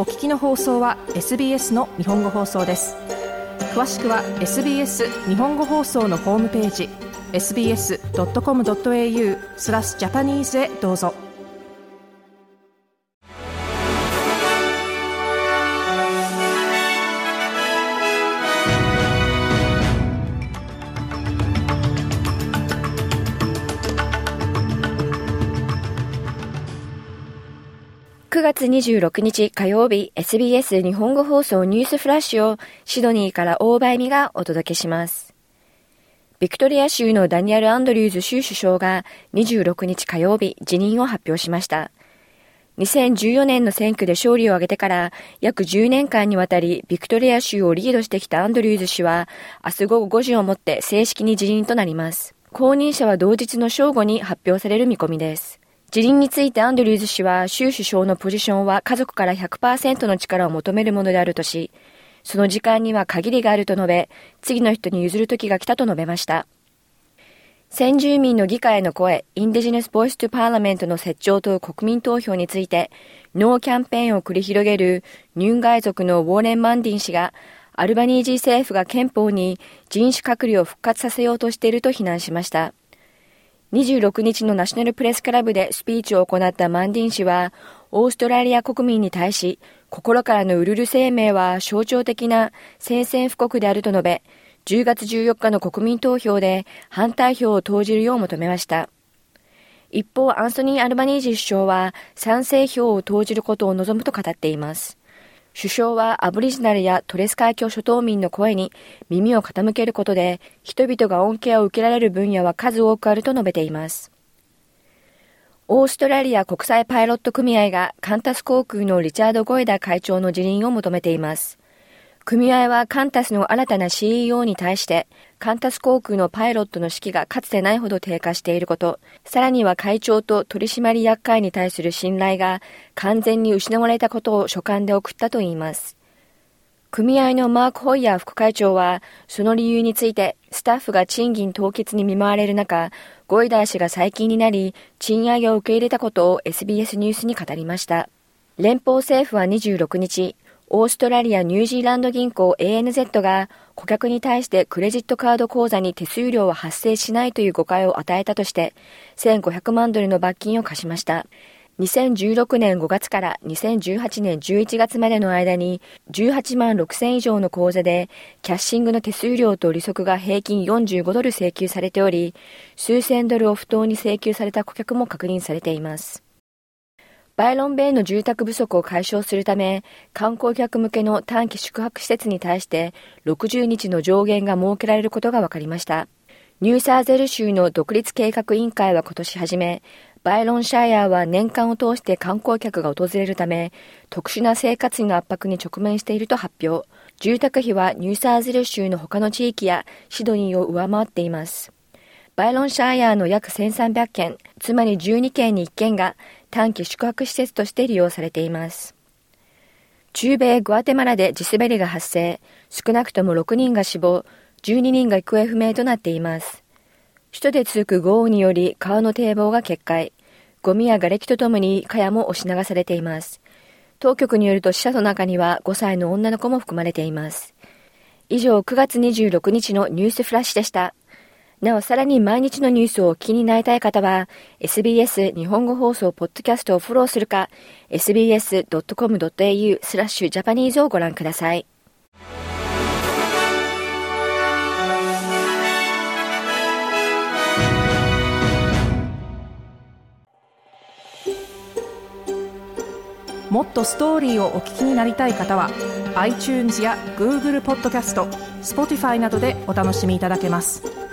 お聞きの放送は SBS の日本語放送です。詳しくは SBS 日本語放送のホームページ sbs.com.au/Japanese へどうぞ。 9月26日火曜日、 SBS 日本語放送ニュースフラッシュをシドニーから大場恵美がお届けします。ビクトリア州のダニエル・アンドリューズ州首相が26日火曜日辞任を発表しました。2014年の選挙で勝利を挙げてから約10年間にわたりビクトリア州をリードしてきたアンドリューズ氏は明日午後5時をもって正式に辞任となります。後任者は同日の正午に発表される見込みです。辞任についてアンドリューズ氏は州首相のポジションは家族から 100% の力を求めるものであるとし、その時間には限りがあると述べ、次の人に譲る時が来たと述べました。先住民の議会への声、インデジネス・ボイス・トゥ・パーラメントの設置を問う国民投票について、ノーキャンペーンを繰り広げるニュンガイ族のウォーレン・マンディン氏が、アルバニージー政府が憲法に人種隔離を復活させようとしていると非難しました。26日のナショナルプレスクラブでスピーチを行ったマンディン氏は、オーストラリア国民に対し、心からのウルル声明は象徴的な宣戦布告であると述べ、10月14日の国民投票で反対票を投じるよう求めました。一方、アンソニー・アルバニージー首相は賛成票を投じることを望むと語っています。首相はアボリジナルやトレス海峡諸島民の声に耳を傾けることで人々が恩恵を受けられる分野は数多くあると述べています。オーストラリア国際パイロット組合がカンタス航空のリチャード・ゴエダ会長の辞任を求めています。組合はカンタスの新たな CEO に対してカンタス航空のパイロットの士気がかつてないほど低下していること、さらには会長と取締役会に対する信頼が完全に失われたことを書簡で送ったといいます。組合のマーク・ホイヤー副会長はその理由についてスタッフが賃金凍結に見舞われる中、ゴイダー氏が最近になり賃上げを受け入れたことを SBS ニュースに語りました。連邦政府は26日、オーストラリア・ニュージーランド銀行 ANZ が顧客に対してクレジットカード口座に手数料は発生しないという誤解を与えたとして$1,500万の罰金を課しました。2016年5月から2018年11月までの間に18万6,000以上の口座でキャッシングの手数料と利息が平均$45請求されており、数千ドルを不当に請求された顧客も確認されています。バイロンベイの住宅不足を解消するため、観光客向けの短期宿泊施設に対して60日の上限が設けられることが分かりました。ニューサーゼル州の独立計画委員会は今年初め、バイロンシャイアは年間を通して観光客が訪れるため、特殊な生活費の圧迫に直面していると発表。住宅費はニューサーゼル州の他の地域やシドニーを上回っています。バイロンシャイアの約1300件、つまり12件に1件が短期宿泊施設として利用されています。中米グアテマラで地滑りが発生、少なくとも6人が死亡、12人が行方不明となっています。首都で続く豪雨により川の堤防が決壊、ゴミや瓦礫とともに茅も押し流されています。当局によると死者の中には5歳の女の子も含まれています。以上、9月26日のニュースフラッシュでした。なお、さらに毎日のニュースをお聞きになりたい方は SBS 日本語放送ポッドキャストをフォローするか sbs.com.au/Japanese をご覧ください。 もっとストーリーをお聞きになりたい方は iTunes や Google ポッドキャスト、Spotify などでお楽しみいただけます。